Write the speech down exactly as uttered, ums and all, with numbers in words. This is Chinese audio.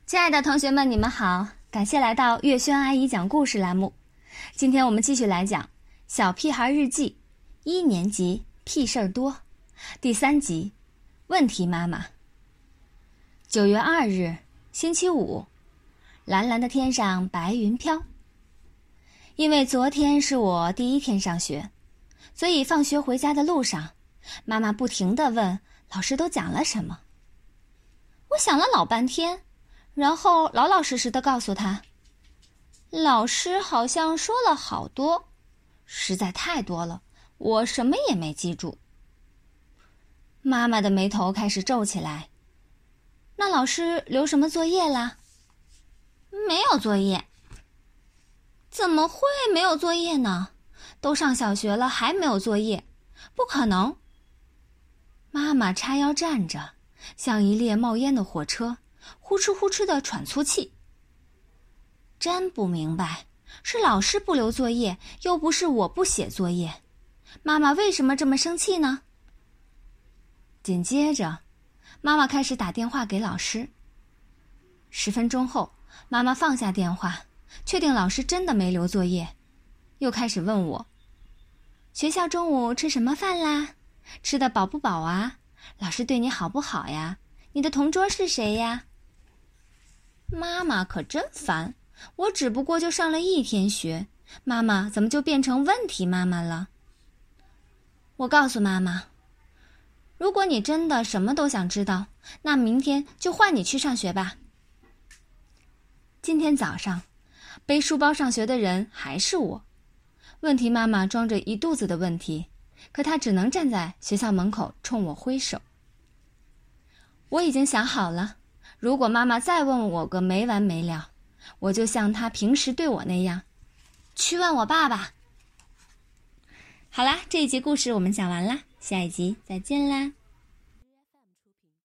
亲爱的同学们，你们好，感谢来到月轩阿姨讲故事栏目。今天我们继续来讲《小屁孩日记》一年级屁事儿多第三集问题妈妈。九月二日，星期五，蓝蓝的天上白云飘。因为昨天是我第一天上学，所以放学回家的路上，妈妈不停地问老师都讲了什么。我想了老半天，然后老老实实地告诉他，老师好像说了好多，实在太多了，我什么也没记住。妈妈的眉头开始皱起来。那老师留什么作业啦？没有作业。怎么会没有作业呢？都上小学了还没有作业，不可能。妈妈叉腰站着，像一列冒烟的火车，呼哧呼哧地喘粗气。真不明白，是老师不留作业，又不是我不写作业，妈妈为什么这么生气呢？紧接着，妈妈开始打电话给老师。十分钟后，妈妈放下电话，确定老师真的没留作业，又开始问我，学校中午吃什么饭啦？吃得饱不饱啊？老师对你好不好呀？你的同桌是谁呀？妈妈可真烦，我只不过就上了一天学，妈妈怎么就变成问题妈妈了？我告诉妈妈，如果你真的什么都想知道，那明天就换你去上学吧。今天早上，背书包上学的人还是我。问题妈妈装着一肚子的问题，可她只能站在学校门口冲我挥手。我已经想好了，如果妈妈再问我个没完没了，我就像她平时对我那样，去问我爸爸。好啦，这一集故事我们讲完啦，下一集再见啦。